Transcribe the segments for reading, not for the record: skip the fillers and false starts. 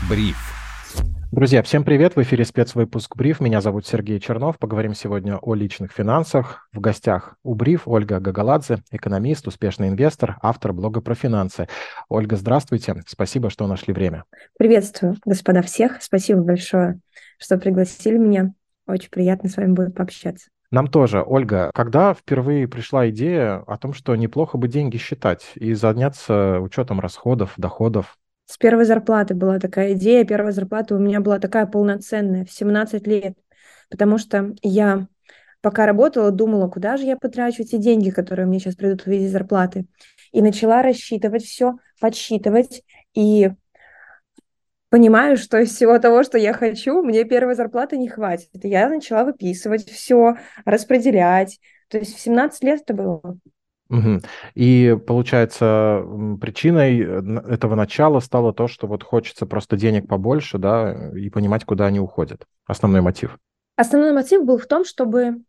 Бриф. Друзья, всем привет! В эфире спецвыпуск «Бриф». Меня зовут Сергей Чернов. Поговорим сегодня о личных финансах. В гостях у «Бриф» Ольга Гагаладзе, экономист, успешный инвестор, автор блога про финансы. Ольга, здравствуйте. Спасибо, что нашли время. Приветствую, господа, всех. Спасибо большое, что пригласили меня. Очень приятно с вами будет пообщаться. Нам тоже. Ольга, когда впервые пришла идея о том, что неплохо бы деньги считать и заняться учетом расходов, доходов? С первой зарплаты была такая идея. Первая зарплата у меня была такая полноценная, в 17 лет. Потому что я, пока работала, думала, куда же я потрачу эти деньги, которые мне сейчас придут в виде зарплаты. И начала рассчитывать все, подсчитывать. И понимаю, что из всего того, что я хочу, мне первой зарплаты не хватит. И я начала выписывать все, распределять. То есть в 17 лет это было. Мгм. И получается, причиной этого начала стало то, что вот хочется просто денег побольше, да, и понимать, куда они уходят. Основной мотив. Основной мотив был в том, чтобы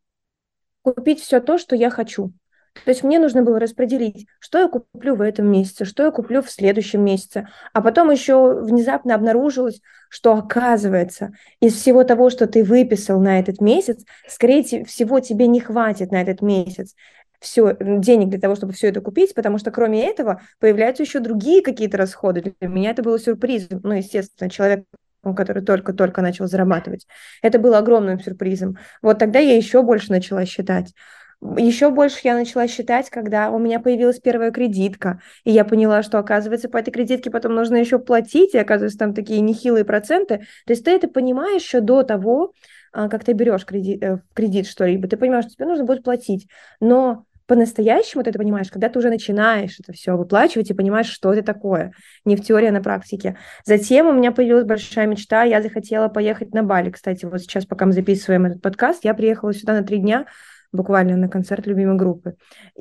купить все то, что я хочу. То есть мне нужно было распределить, что я куплю в этом месяце, что я куплю в следующем месяце. А потом еще внезапно обнаружилось, что оказывается, из всего того, что ты выписал на этот месяц, скорее всего, тебе не хватит на этот месяц все, денег для того, чтобы все это купить, потому что кроме этого появляются еще другие какие-то расходы. Для меня это было сюрпризом. Ну, естественно, человек, который только-только начал зарабатывать. Это было огромным сюрпризом. Вот тогда я еще больше начала считать. Еще больше я начала считать, когда у меня появилась первая кредитка, и я поняла, что, оказывается, по этой кредитке потом нужно еще платить, и, оказывается, там такие нехилые проценты. То есть ты это понимаешь еще до того, как ты берешь кредит что-либо. Ты понимаешь, что тебе нужно будет платить. Но по-настоящему ты это понимаешь, когда ты уже начинаешь это все выплачивать и понимаешь, что это такое. Не в теории, а на практике. Затем у меня появилась большая мечта, я захотела поехать на Бали. Кстати, вот сейчас, пока мы записываем этот подкаст, я приехала сюда на 3 дня, буквально на концерт любимой группы.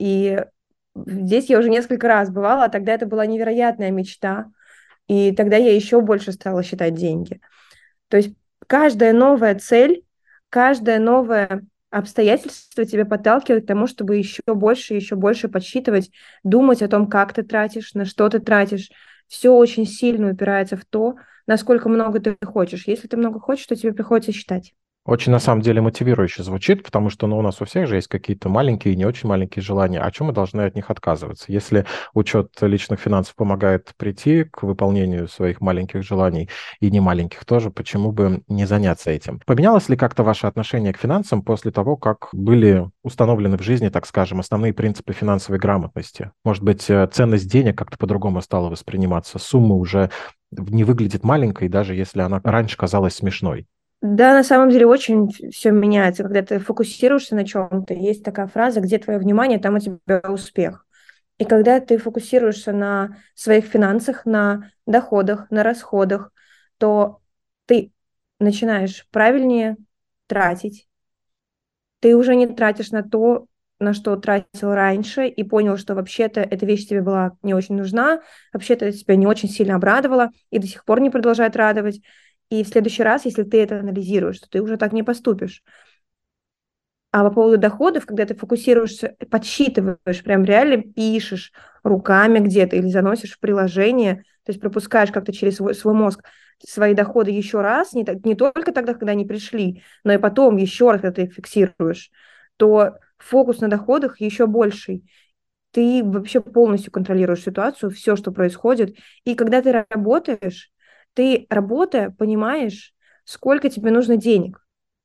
И здесь я уже несколько раз бывала, а тогда это была невероятная мечта. И тогда я еще больше стала считать деньги. То есть каждая новая цель, каждое новое обстоятельство тебя подталкивает к тому, чтобы еще больше подсчитывать, думать о том, как ты тратишь, на что ты тратишь. Все очень сильно упирается в то, насколько много ты хочешь. Если ты много хочешь, то тебе приходится считать. Очень, на самом деле, мотивирующе звучит, потому что, ну, у нас у всех же есть какие-то маленькие и не очень маленькие желания. А чем мы должны от них отказываться? Если учет личных финансов помогает прийти к выполнению своих маленьких желаний и не маленьких тоже, почему бы не заняться этим? Поменялось ли как-то ваше отношение к финансам после того, как были установлены в жизни, так скажем, основные принципы финансовой грамотности? Может быть, ценность денег как-то по-другому стала восприниматься? Сумма уже не выглядит маленькой, даже если она раньше казалась смешной. Да, на самом деле очень все меняется, когда ты фокусируешься на чем-то. Есть такая фраза, где твое внимание, там у тебя успех. И когда ты фокусируешься на своих финансах, на доходах, на расходах, то ты начинаешь правильнее тратить. Ты уже не тратишь на то, на что тратил раньше, и понял, что вообще-то эта вещь тебе была не очень нужна, вообще-то это тебя не очень сильно обрадовало, и до сих пор не продолжает радовать. И в следующий раз, если ты это анализируешь, то ты уже так не поступишь. А по поводу доходов, когда ты фокусируешься, подсчитываешь, прям реально пишешь руками где-то или заносишь в приложение, то есть пропускаешь как-то через свой мозг свои доходы еще раз, не только тогда, когда они пришли, но и потом еще раз, когда ты их фиксируешь, то фокус на доходах еще больший. Ты вообще полностью контролируешь ситуацию, все, что происходит. И когда ты, работая, понимаешь, сколько тебе нужно денег.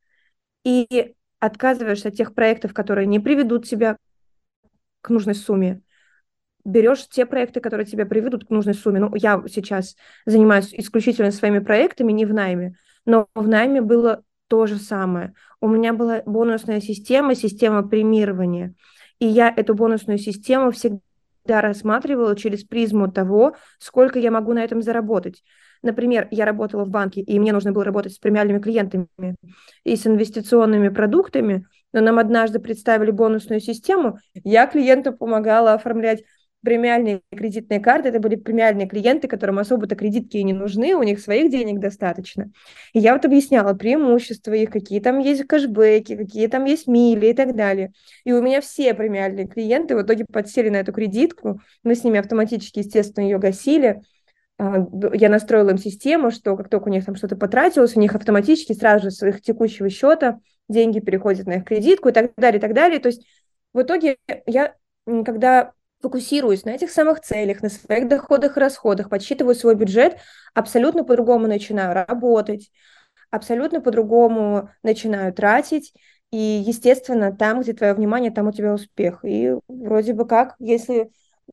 И отказываешься от тех проектов, которые не приведут тебя к нужной сумме. Берешь те проекты, которые тебя приведут к нужной сумме. Ну, я сейчас занимаюсь исключительно своими проектами, не в найме, но в найме было то же самое. У меня была бонусная система, система премирования. И я эту бонусную систему всегда рассматривала через призму того, сколько я могу на этом заработать. Например, я работала в банке, и мне нужно было работать с премиальными клиентами и с инвестиционными продуктами, но нам однажды представили бонусную систему, я клиенту помогала оформлять премиальные кредитные карты. Это были премиальные клиенты, которым особо-то кредитки и не нужны, у них своих денег достаточно. И я вот объясняла преимущества их, какие там есть кэшбэки, какие там есть мили и так далее. И у меня все премиальные клиенты в итоге подсели на эту кредитку, мы с ними автоматически, естественно, ее гасили, Я настроила им систему, что как только у них там что-то потратилось, у них автоматически сразу же с их текущего счета деньги переходят на их кредитку и так далее, и так далее. То есть в итоге я, когда фокусируюсь на этих самых целях, на своих доходах и расходах, подсчитываю свой бюджет, абсолютно по-другому начинаю работать, абсолютно по-другому начинаю тратить. И, естественно, там, где твое внимание, там у тебя успех. И вроде бы как, если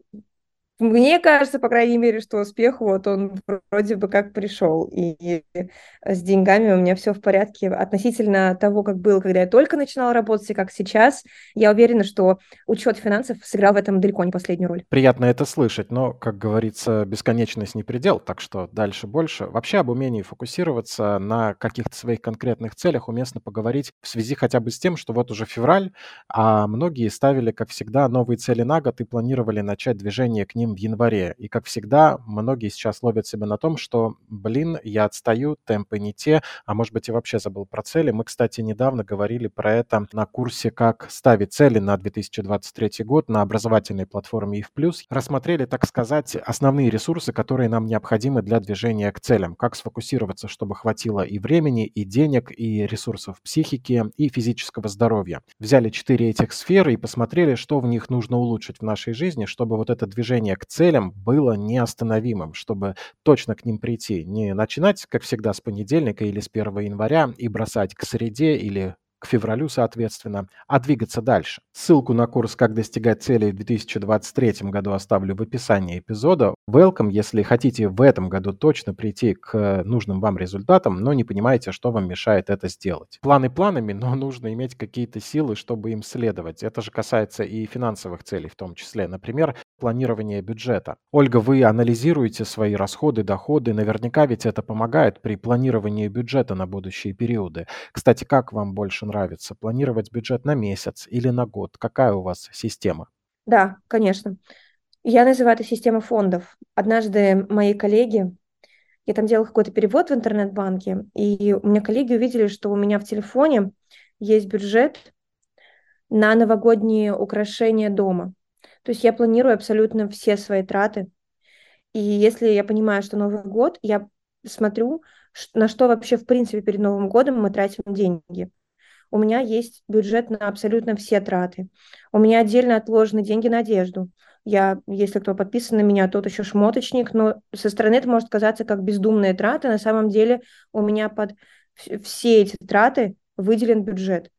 мне кажется, по крайней мере, что успех, вот он вроде бы как пришел. И с деньгами у меня все в порядке. Относительно того, как было, когда я только начинала работать, и как сейчас, я уверена, что учет финансов сыграл в этом далеко не последнюю роль. Приятно это слышать, но, как говорится, бесконечность не предел, так что дальше больше. Вообще об умении фокусироваться на каких-то своих конкретных целях уместно поговорить в связи хотя бы с тем, что вот уже февраль, а многие ставили, как всегда, новые цели на год и планировали начать движение к ним в январе. И, как всегда, многие сейчас ловят себя на том, что, блин, я отстаю, темпы не те, а может быть и вообще забыл про цели. Мы, кстати, недавно говорили про это на курсе «Как ставить цели на 2023 год» на образовательной платформе ИФ+. Рассмотрели, так сказать, основные ресурсы, которые нам необходимы для движения к целям. Как сфокусироваться, чтобы хватило и времени, и денег, и ресурсов психики, и физического здоровья. Взяли 4 этих сферы и посмотрели, что в них нужно улучшить в нашей жизни, чтобы вот это движение к целям было неостановимым, чтобы точно к ним прийти. Не начинать, как всегда, с понедельника или с 1 января и бросать к среде или к февралю, соответственно, а двигаться дальше. Ссылку на курс «Как достигать целей» в 2023 году оставлю в описании эпизода. Welcome, если хотите в этом году точно прийти к нужным вам результатам, но не понимаете, что вам мешает это сделать. Планы планами, но нужно иметь какие-то силы, чтобы им следовать. Это же касается и финансовых целей в том числе. Например, планирование бюджета. Ольга, вы анализируете свои расходы, доходы. Наверняка ведь это помогает при планировании бюджета на будущие периоды. Кстати, как вам больше нравится? Планировать бюджет на месяц или на год? Какая у вас система? Да, конечно. Я называю это система фондов. Однажды мои коллеги, я там делала какой-то перевод в интернет-банке, и у меня коллеги увидели, что у меня в телефоне есть бюджет на новогодние украшения дома. То есть я планирую абсолютно все свои траты. И если я понимаю, что Новый год, я смотрю, на что вообще в принципе перед Новым годом мы тратим деньги. У меня есть бюджет на абсолютно все траты. У меня отдельно отложены деньги на одежду. Я, если кто подписан на меня, тот еще шмоточник, но со стороны это может казаться как бездумные траты. На самом деле у меня под все эти траты выделен бюджет.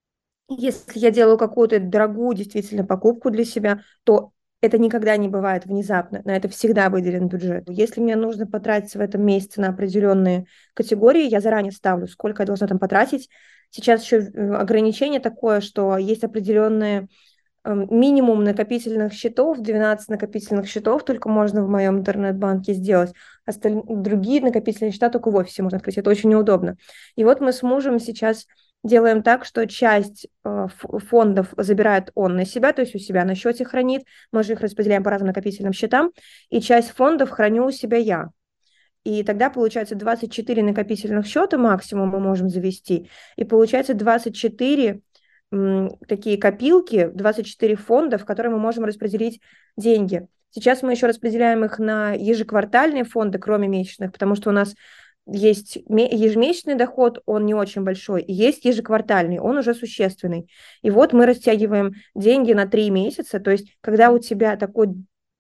Если я делаю какую-то дорогую действительно покупку для себя, то это никогда не бывает внезапно, на это всегда выделен бюджет. Если мне нужно потратиться в этом месяце на определенные категории, я заранее ставлю, сколько я должна там потратить. Сейчас еще ограничение такое, что есть определенные минимум накопительных счетов, 12 накопительных счетов только можно в моем интернет-банке сделать. Другие накопительные счета только в офисе можно открыть. Это очень неудобно. И вот мы с мужем сейчас делаем так, что часть фондов забирает он на себя, то есть у себя на счете хранит, мы же их распределяем по разным накопительным счетам, и часть фондов храню у себя я. И тогда получается 24 накопительных счета максимум мы можем завести, и получается 24 такие копилки, 24 фонда, в которые мы можем распределить деньги. Сейчас мы еще распределяем их на ежеквартальные фонды, кроме месячных, потому что у нас есть ежемесячный доход, он не очень большой, и есть ежеквартальный, он уже существенный. И вот мы растягиваем деньги на 3 месяца, то есть когда у тебя такой,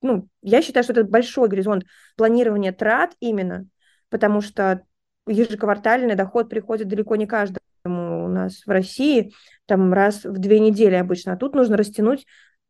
я считаю, что это большой горизонт планирования трат именно, потому что ежеквартальный доход приходит далеко не каждому у нас в России, там раз в 2 недели обычно, а тут нужно растянуть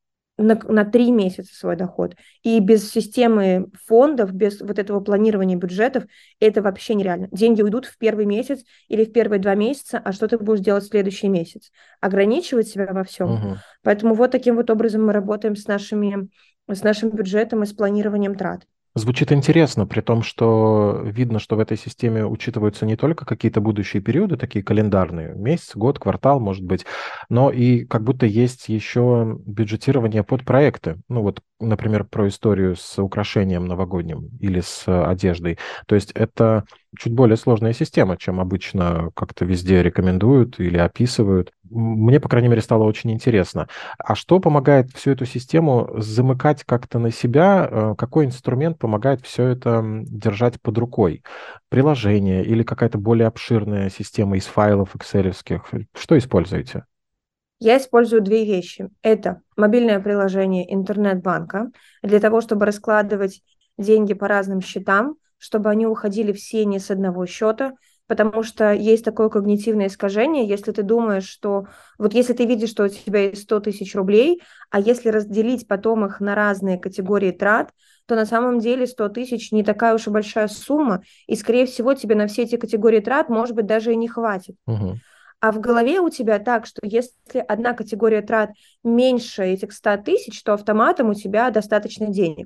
на 3 месяца свой доход. И без системы фондов, без вот этого планирования бюджетов, это вообще нереально. Деньги уйдут в первый месяц или в первые 2 месяца, а что ты будешь делать в следующий месяц? Ограничивать себя во всем. Угу. Поэтому вот таким вот образом мы работаем с нашим бюджетом и с планированием трат. Звучит интересно, при том, что видно, что в этой системе учитываются не только какие-то будущие периоды, такие календарные, месяц, год, квартал, может быть, но и как будто есть еще бюджетирование под проекты. Ну вот например, про историю с украшением новогодним или с одеждой. То есть это чуть более сложная система, чем обычно как-то везде рекомендуют или описывают. Мне, по крайней мере, стало очень интересно. А что помогает всю эту систему замыкать как-то на себя? Какой инструмент помогает все это держать под рукой? Приложение или какая-то более обширная система из файлов экселевских? Что используете? Я использую две вещи. Это мобильное приложение интернет-банка для того, чтобы раскладывать деньги по разным счетам, чтобы они уходили все не с одного счета, потому что есть такое когнитивное искажение, если ты думаешь, что вот если ты видишь, что у тебя есть 100 тысяч рублей, а если разделить потом их на разные категории трат, то на самом деле 100 тысяч не такая уж и большая сумма, и, скорее всего, тебе на все эти категории трат, может быть, даже и не хватит. Мгм. А в голове у тебя так, что если одна категория трат меньше этих 100 тысяч, то автоматом у тебя достаточно денег.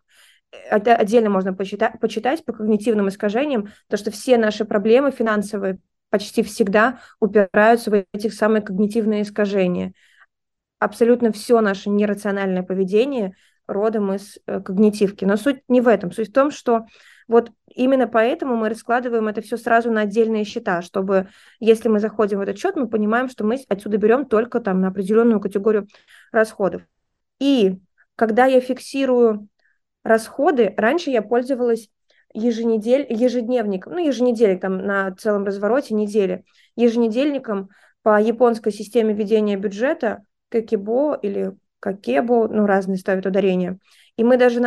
Это отдельно можно почитать по когнитивным искажениям, то, что все наши проблемы финансовые почти всегда упираются в этих самые когнитивные искажения. Абсолютно все наше нерациональное поведение родом из когнитивки. Но суть не в этом. Суть в том, что вот именно поэтому мы раскладываем это все сразу на отдельные счета, чтобы, если мы заходим в этот счет, мы понимаем, что мы отсюда берем только там на определенную категорию расходов. И когда я фиксирую расходы, раньше я пользовалась ежедневником, ну, еженедельник там на целом развороте недели, еженедельником по японской системе ведения бюджета, Какибо или Какебо, ну, разные ставят ударения. И мы даже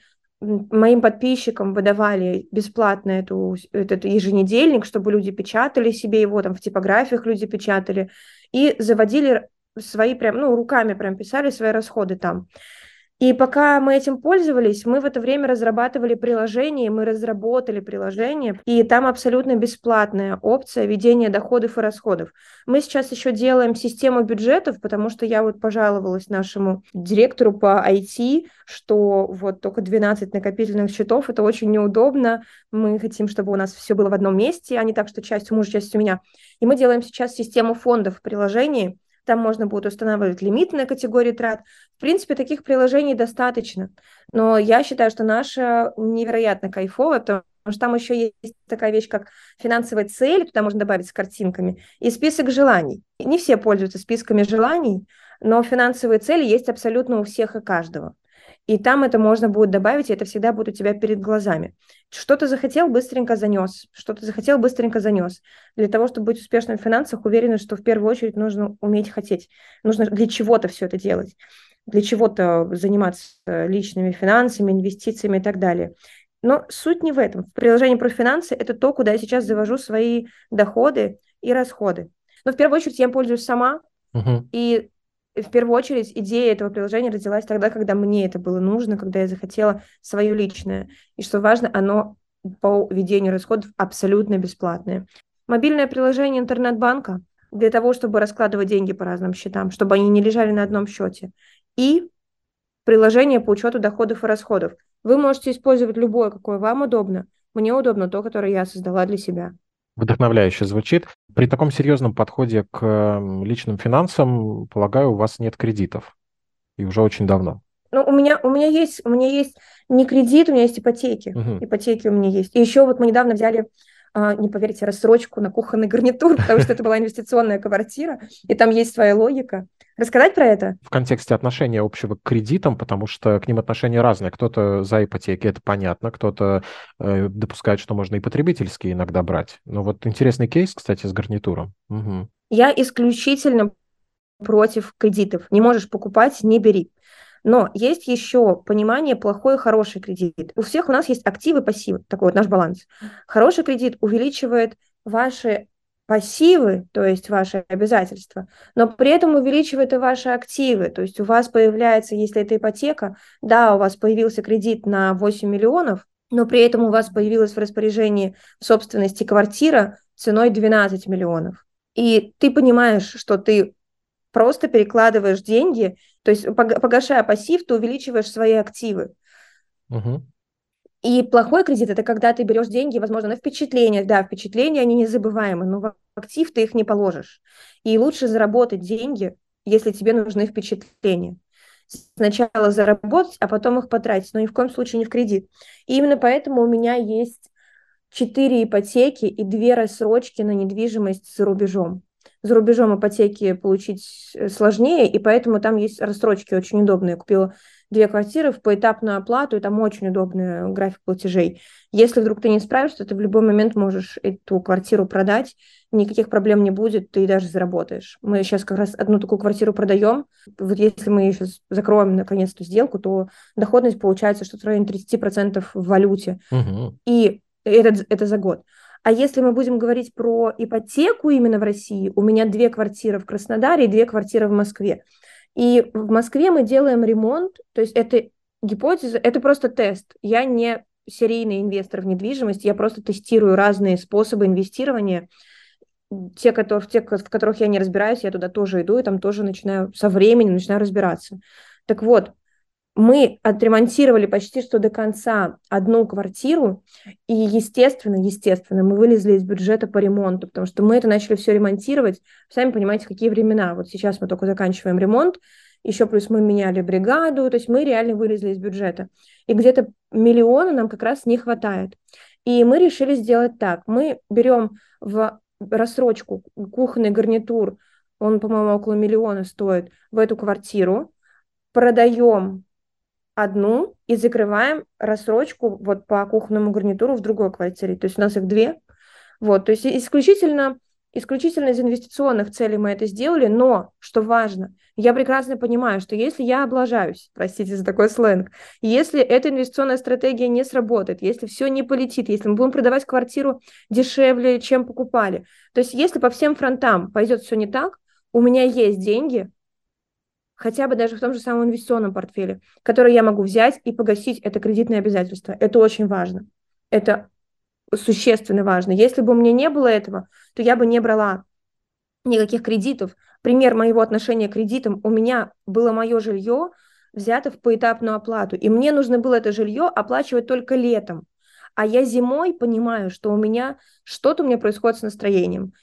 моим подписчикам выдавали бесплатно этот еженедельник, чтобы люди печатали себе его, там в типографиях люди печатали, и заводили свои прям, ну, руками прям писали свои расходы там. И пока мы этим пользовались, мы в это время разрабатывали приложение, мы разработали приложение, и там абсолютно бесплатная опция ведения доходов и расходов. Мы сейчас еще делаем систему бюджетов, потому что я вот пожаловалась нашему директору по IT, что вот только 12 накопительных счетов, это очень неудобно, мы хотим, чтобы у нас все было в одном месте, а не так, что часть у мужа, часть у меня. И мы делаем сейчас систему фондов в приложении. Там можно будет устанавливать лимит на категории трат. В принципе, таких приложений достаточно. Но я считаю, что наша невероятно кайфовая, потому что там еще есть такая вещь, как финансовая цель, туда можно добавить с картинками, и список желаний. И не все пользуются списками желаний, но финансовые цели есть абсолютно у всех и каждого. И там это можно будет добавить, и это всегда будет у тебя перед глазами. Что ты захотел, быстренько занес. Что ты захотел, быстренько занес. Для того, чтобы быть успешным в финансах, уверена, что в первую очередь нужно уметь хотеть. Нужно для чего-то все это делать. Для чего-то заниматься личными финансами, инвестициями и так далее. Но суть не в этом. В приложении про финансы это то, куда я сейчас завожу свои доходы и расходы. Но в первую очередь я им пользуюсь сама, Мгм. и в первую очередь идея этого приложения родилась тогда, когда мне это было нужно, когда я захотела свое личное. И что важно, оно по ведению расходов абсолютно бесплатное. Мобильное приложение интернет-банка для того, чтобы раскладывать деньги по разным счетам, чтобы они не лежали на одном счете. И приложение по учету доходов и расходов. Вы можете использовать любое, какое вам удобно. Мне удобно то, которое я создала для себя. Вдохновляюще звучит. При таком серьезном подходе к личным финансам, полагаю, у вас нет кредитов. И уже очень давно. Ну, у меня есть не кредит, у меня есть ипотеки. Мгм. Ипотеки у меня есть. И еще вот мы недавно взяли, не поверите, рассрочку на кухонный гарнитур, потому что это была инвестиционная квартира, и там есть своя логика. Рассказать про это? В контексте отношения общего к кредитам, потому что к ним отношения разные. Кто-то за ипотеки, это понятно, кто-то допускает, что можно и потребительские иногда брать. Но вот интересный кейс, кстати, с гарнитуром. Мгм. Я исключительно против кредитов. Не можешь покупать, не бери. Но есть еще понимание плохой и хороший кредит. У всех у нас есть активы и пассивы, такой вот наш баланс. Хороший кредит увеличивает ваши пассивы, то есть ваши обязательства, но при этом увеличивает и ваши активы. То есть у вас появляется, если это ипотека, да, у вас появился кредит на 8 миллионов, но при этом у вас появилась в распоряжении в собственности квартира ценой 12 миллионов. И ты понимаешь, что ты просто перекладываешь деньги, то есть погашая пассив, ты увеличиваешь свои активы. Мгм. И плохой кредит – это когда ты берешь деньги, возможно, на впечатления. Да, впечатления, они незабываемы, но в актив ты их не положишь. И лучше заработать деньги, если тебе нужны впечатления. сначала заработать, а потом их потратить, но ни в коем случае не в кредит. И именно поэтому у меня есть 4 ипотеки и 2 рассрочки на недвижимость за рубежом. За рубежом ипотеки получить сложнее, и поэтому там есть рассрочки очень удобные. Купила 2 квартиры в поэтапную оплату, и там очень удобный график платежей. Если вдруг ты не справишься, ты в любой момент можешь эту квартиру продать, никаких проблем не будет, ты даже заработаешь. Мы сейчас как раз одну такую квартиру продаем. Вот если мы сейчас закроем наконец эту сделку, то доходность получается что-то в районе 30% в валюте. Угу. И это за год. А если мы будем говорить про ипотеку именно в России, у меня 2 квартиры в Краснодаре и 2 квартиры в Москве. И в Москве мы делаем ремонт, то есть это гипотеза, это просто тест. Я не серийный инвестор в недвижимость, я просто тестирую разные способы инвестирования. Те, в которых я не разбираюсь, я туда тоже иду, и там тоже начинаю со временем начинаю разбираться. Так вот, мы отремонтировали почти что до конца одну квартиру, и, естественно, мы вылезли из бюджета по ремонту, потому что мы это начали все ремонтировать. Сами понимаете, какие времена. Вот сейчас мы только заканчиваем ремонт, еще плюс мы меняли бригаду, то есть мы реально вылезли из бюджета. И где-то миллиона нам как раз не хватает. И мы решили сделать так. Мы берем в рассрочку кухонный гарнитур, он, по-моему, около миллиона стоит, в эту квартиру, продаем одну и закрываем рассрочку вот по кухонному гарнитуру в другой квартире. То есть у нас их 2. Вот, то есть исключительно из инвестиционных целей мы это сделали, но, что важно, я прекрасно понимаю, что если я облажаюсь, простите за такой сленг, если эта инвестиционная стратегия не сработает, если все не полетит, если мы будем продавать квартиру дешевле, чем покупали, то есть если по всем фронтам пойдет все не так, у меня есть деньги, хотя бы даже в том же самом инвестиционном портфеле, который я могу взять и погасить это кредитное обязательство. Это очень важно. Это существенно важно. Если бы у меня не было этого, то я бы не брала никаких кредитов. Пример моего отношения к кредитам. У меня было мое жилье взято в поэтапную оплату, и мне нужно было это жилье оплачивать только летом. А я зимой понимаю, что у меня что-то у меня происходит с настроением.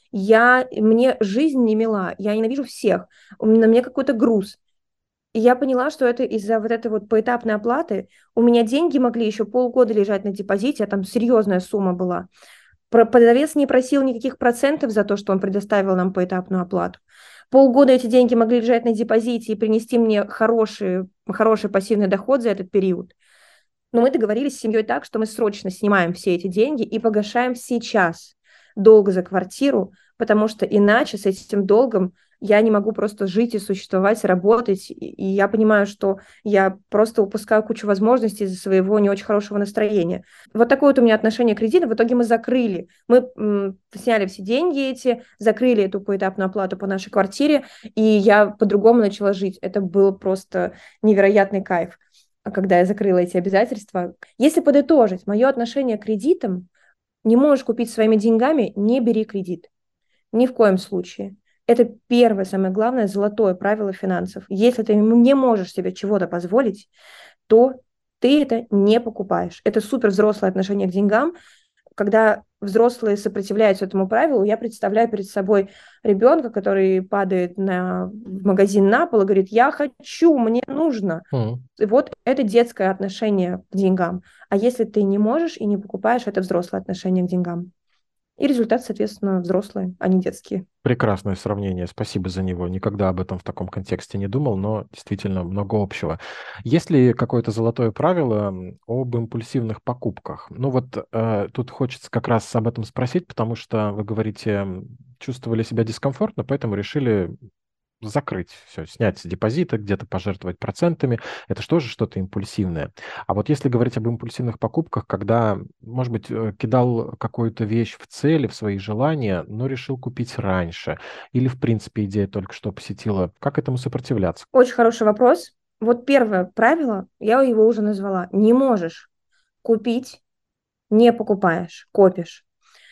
Мне жизнь не мила, я ненавижу всех, на мне какой-то груз. И я поняла, что это из-за вот этой вот поэтапной оплаты у меня деньги могли еще полгода лежать на депозите, а там серьезная сумма была. Продавец не просил никаких процентов за то, что он предоставил нам поэтапную оплату. Полгода эти деньги могли лежать на депозите и принести мне хороший пассивный доход за этот период. Но мы договорились с семьей так, что мы срочно снимаем все эти деньги и погашаем сейчас долг за квартиру, потому что иначе с этим долгом я не могу просто жить и существовать, работать. И я понимаю, что я просто упускаю кучу возможностей из-за своего не очень хорошего настроения. Вот такое вот у меня отношение к кредиту. В итоге мы закрыли. Мы сняли все деньги эти, закрыли эту поэтапную оплату по нашей квартире, и я по-другому начала жить. Это был просто невероятный кайф, когда я закрыла эти обязательства. Если подытожить, мое отношение к кредитам: не можешь купить своими деньгами — не бери кредит. Ни в коем случае. Это первое, самое главное, золотое правило финансов. Если ты не можешь себе чего-то позволить, то ты это не покупаешь. Это супер взрослое отношение к деньгам. Когда взрослые сопротивляются этому правилу, я представляю перед собой ребенка, который падает в магазин на пол и говорит: я хочу, мне нужно. И вот это детское отношение к деньгам. А если ты не можешь и не покупаешь, это взрослое отношение к деньгам. И результат, соответственно, взрослые, а не детские. Прекрасное сравнение, спасибо за него. Никогда об этом в таком контексте не думал, но действительно много общего. Есть ли какое-то золотое правило об импульсивных покупках? Ну вот тут хочется как раз об этом спросить, потому что вы говорите, чувствовали себя дискомфортно, поэтому решили закрыть все, снять с депозита, где-то пожертвовать процентами. Это что же что-то импульсивное. А вот если говорить об импульсивных покупках, когда, может быть, кидал какую-то вещь в цели, в свои желания, но решил купить раньше, или, в принципе, идея только что посетила, как этому сопротивляться? Очень хороший вопрос. Вот первое правило, я его уже назвала. Не можешь купить, не покупаешь, копишь.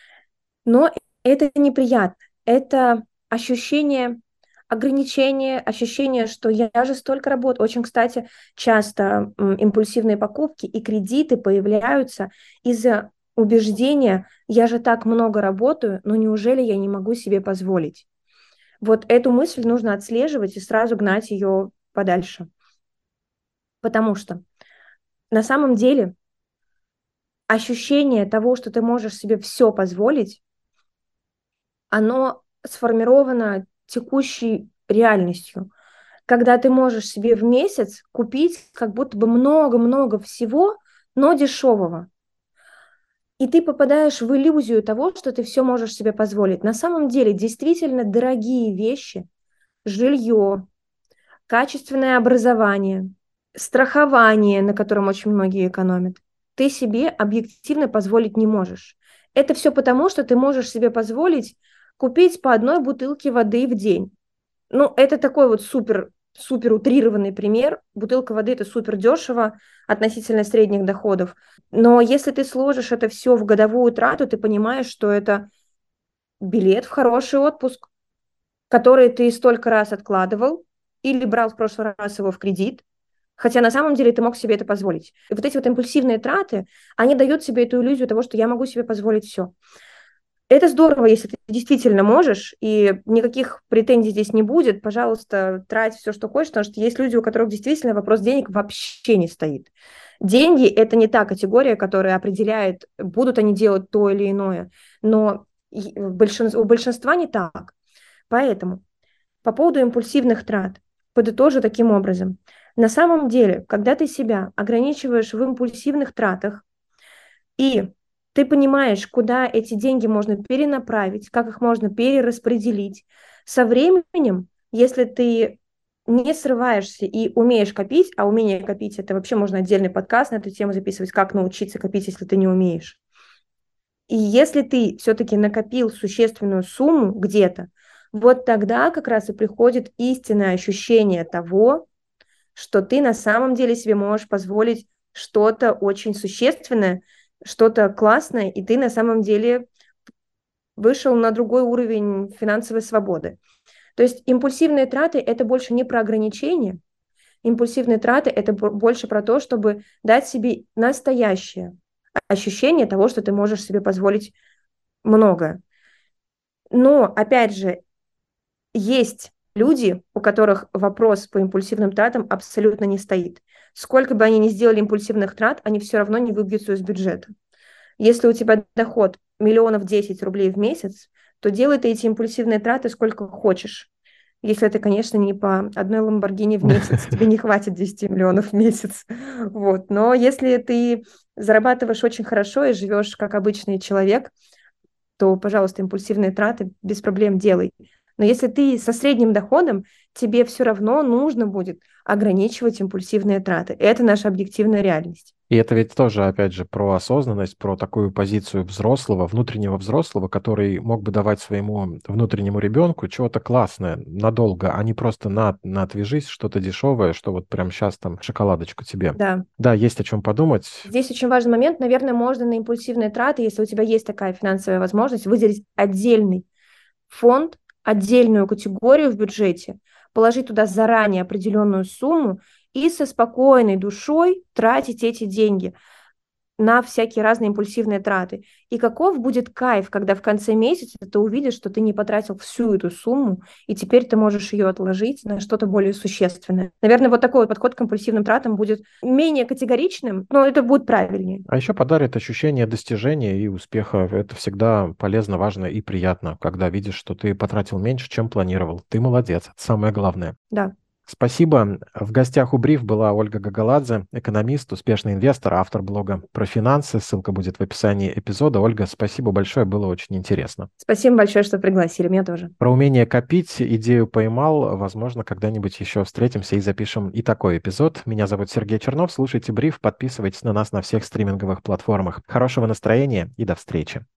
Но это неприятно. Это ощущение ограничения, ощущение, что я же столько работаю. Очень, кстати, часто импульсивные покупки и кредиты появляются из-за убеждения: я же так много работаю, но неужели я не могу себе позволить? Вот эту мысль нужно отслеживать и сразу гнать ее подальше. Потому что на самом деле ощущение того, что ты можешь себе все позволить, оно сформировано текущей реальностью. Когда ты можешь себе в месяц купить как будто бы много-много всего, но дешевого. И ты попадаешь в иллюзию того, что ты все можешь себе позволить. На самом деле действительно дорогие вещи, жилье, качественное образование, страхование, на котором очень многие экономят, ты себе объективно позволить не можешь. Это все потому, что ты можешь себе позволить купить по одной бутылке воды в день. Ну, это такой вот супер утрированный пример. Бутылка воды – это супер дешево относительно средних доходов. Но если ты сложишь это все в годовую трату, ты понимаешь, что это билет в хороший отпуск, который ты столько раз откладывал или брал в прошлый раз его в кредит, хотя на самом деле ты мог себе это позволить. И вот эти вот импульсивные траты, они дают себе эту иллюзию того, что я могу себе позволить все. Это здорово, если ты действительно можешь, и никаких претензий здесь не будет. Пожалуйста, трать все, что хочешь, потому что есть люди, у которых действительно вопрос денег вообще не стоит. Деньги – это не та категория, которая определяет, будут они делать то или иное, но у большинства не так. Поэтому по поводу импульсивных трат подытожу таким образом. На самом деле, когда ты себя ограничиваешь в импульсивных тратах, и ты понимаешь, куда эти деньги можно перенаправить, как их можно перераспределить. Со временем, если ты не срываешься и умеешь копить, а умение копить – это вообще можно отдельный подкаст на эту тему записывать, как научиться копить, если ты не умеешь. И если ты все-таки накопил существенную сумму где-то, вот тогда как раз и приходит истинное ощущение того, что ты на самом деле себе можешь позволить что-то очень существенное, что-то классное, и ты на самом деле вышел на другой уровень финансовой свободы. То есть импульсивные траты – это больше не про ограничения, импульсивные траты – это больше про то, чтобы дать себе настоящее ощущение того, что ты можешь себе позволить многое. Но, опять же, есть люди, у которых вопрос по импульсивным тратам абсолютно не стоит. Сколько бы они ни сделали импульсивных трат, они все равно не выбьются из бюджета. Если у тебя доход 10 миллионов в месяц, то делай ты эти импульсивные траты сколько хочешь. Если это, конечно, не по одной Ламборгини в месяц, тебе не хватит 10 миллионов в месяц. Вот. Но если ты зарабатываешь очень хорошо и живешь как обычный человек, то, пожалуйста, импульсивные траты без проблем делай. Но если ты со средним доходом, тебе все равно нужно будет ограничивать импульсивные траты. Это наша объективная реальность. И это ведь тоже, опять же, про осознанность, про такую позицию взрослого, внутреннего взрослого, который мог бы давать своему внутреннему ребенку чего-то классное надолго, а не просто на отвяжись, что-то дешевое, что вот прямо сейчас там шоколадочку тебе. Да. Да, есть о чем подумать. Здесь очень важный момент. Наверное, можно на импульсивные траты, если у тебя есть такая финансовая возможность, выделить отдельный фонд, отдельную категорию в бюджете, положить туда заранее определенную сумму и со спокойной душой тратить эти деньги на всякие разные импульсивные траты. И каков будет кайф, когда в конце месяца ты увидишь, что ты не потратил всю эту сумму, и теперь ты можешь ее отложить на что-то более существенное. Наверное, вот такой вот подход к импульсивным тратам будет менее категоричным, но это будет правильнее. А еще подарит ощущение достижения и успеха. Это всегда полезно, важно и приятно, когда видишь, что ты потратил меньше, чем планировал. Ты молодец, это самое главное. Да. Спасибо. В гостях у Бриф была Ольга Гагаладзе, экономист, успешный инвестор, автор блога про финансы. Ссылка будет в описании эпизода. Ольга, спасибо большое, было очень интересно. Спасибо большое, что пригласили, меня тоже. Про умение копить идею поймал. Возможно, когда-нибудь еще встретимся и запишем и такой эпизод. Меня зовут Сергей Чернов. Слушайте Бриф, подписывайтесь на нас на всех стриминговых платформах. Хорошего настроения и до встречи.